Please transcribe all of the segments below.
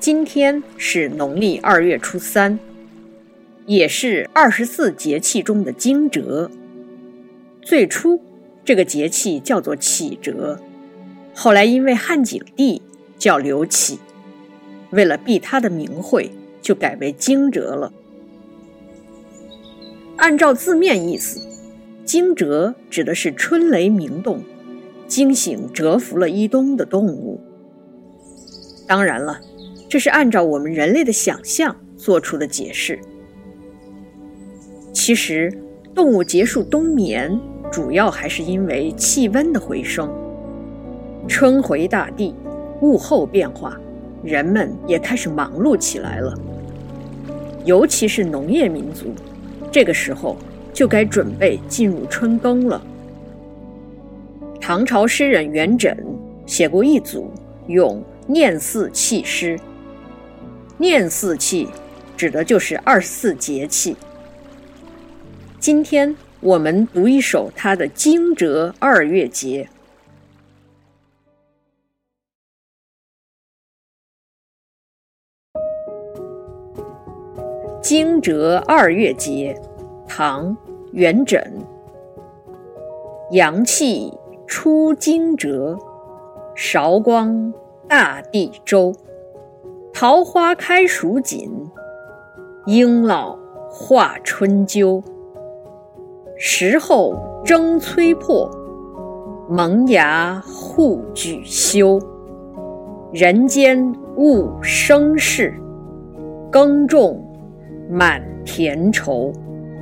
今天是农历2月初3，也是24节气中的惊蛰。最初这个节气叫做启蛰，后来因为汉景帝叫刘启，为了避他的名讳，就改为惊蛰了。按照字面意思，惊蛰指的是春雷鸣动，惊醒蛰伏了一冬的动物。当然了，这是按照我们人类的想象做出的解释。其实，动物结束冬眠，主要还是因为气温的回升。春回大地，物候变化，人们也开始忙碌起来了。尤其是农业民族，这个时候就该准备进入春耕了。唐朝诗人元稹写过一组用念四气诗，念四气指的就是24节气。今天我们读一首他的惊蛰2月节。惊蛰2月节，唐·元稹。阳气出惊蛰，韶光大地周。桃花开蜀锦，樱老化春秋。时候争催迫，萌芽互举休。人间物生事，耕种满田畴。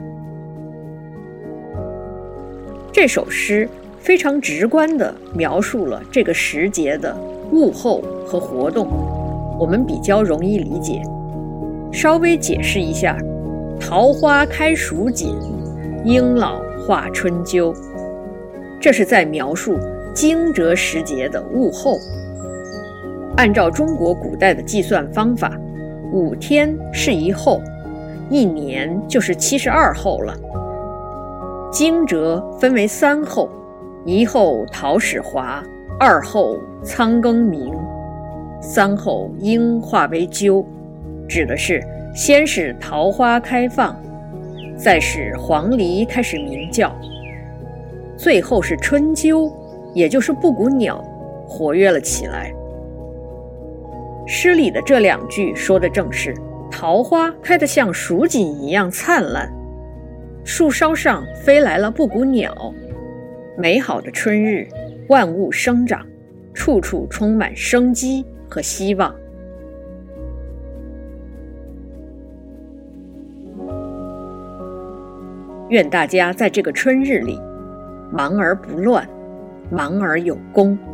这首诗非常直观地描述了这个时节的物候和活动，我们比较容易理解。稍微解释一下，桃花开蜀锦，樱老化春秋，这是在描述惊蛰时节的物候。按照中国古代的计算方法，5天是一候，1年就是72候了。惊蛰分为3候，1候桃始华，2候仓庚鸣，3候樱化为秋，指的是先是桃花开放，再是黄鹂开始鸣叫，最后是春秋，也就是布谷鸟活跃了起来。诗里的这2句说的正是桃花开得像蜀锦一样灿烂，树梢上飞来了布谷鸟。美好的春日，万物生长，处处充满生机和希望。愿大家在这个春日里忙而不乱，忙而有功。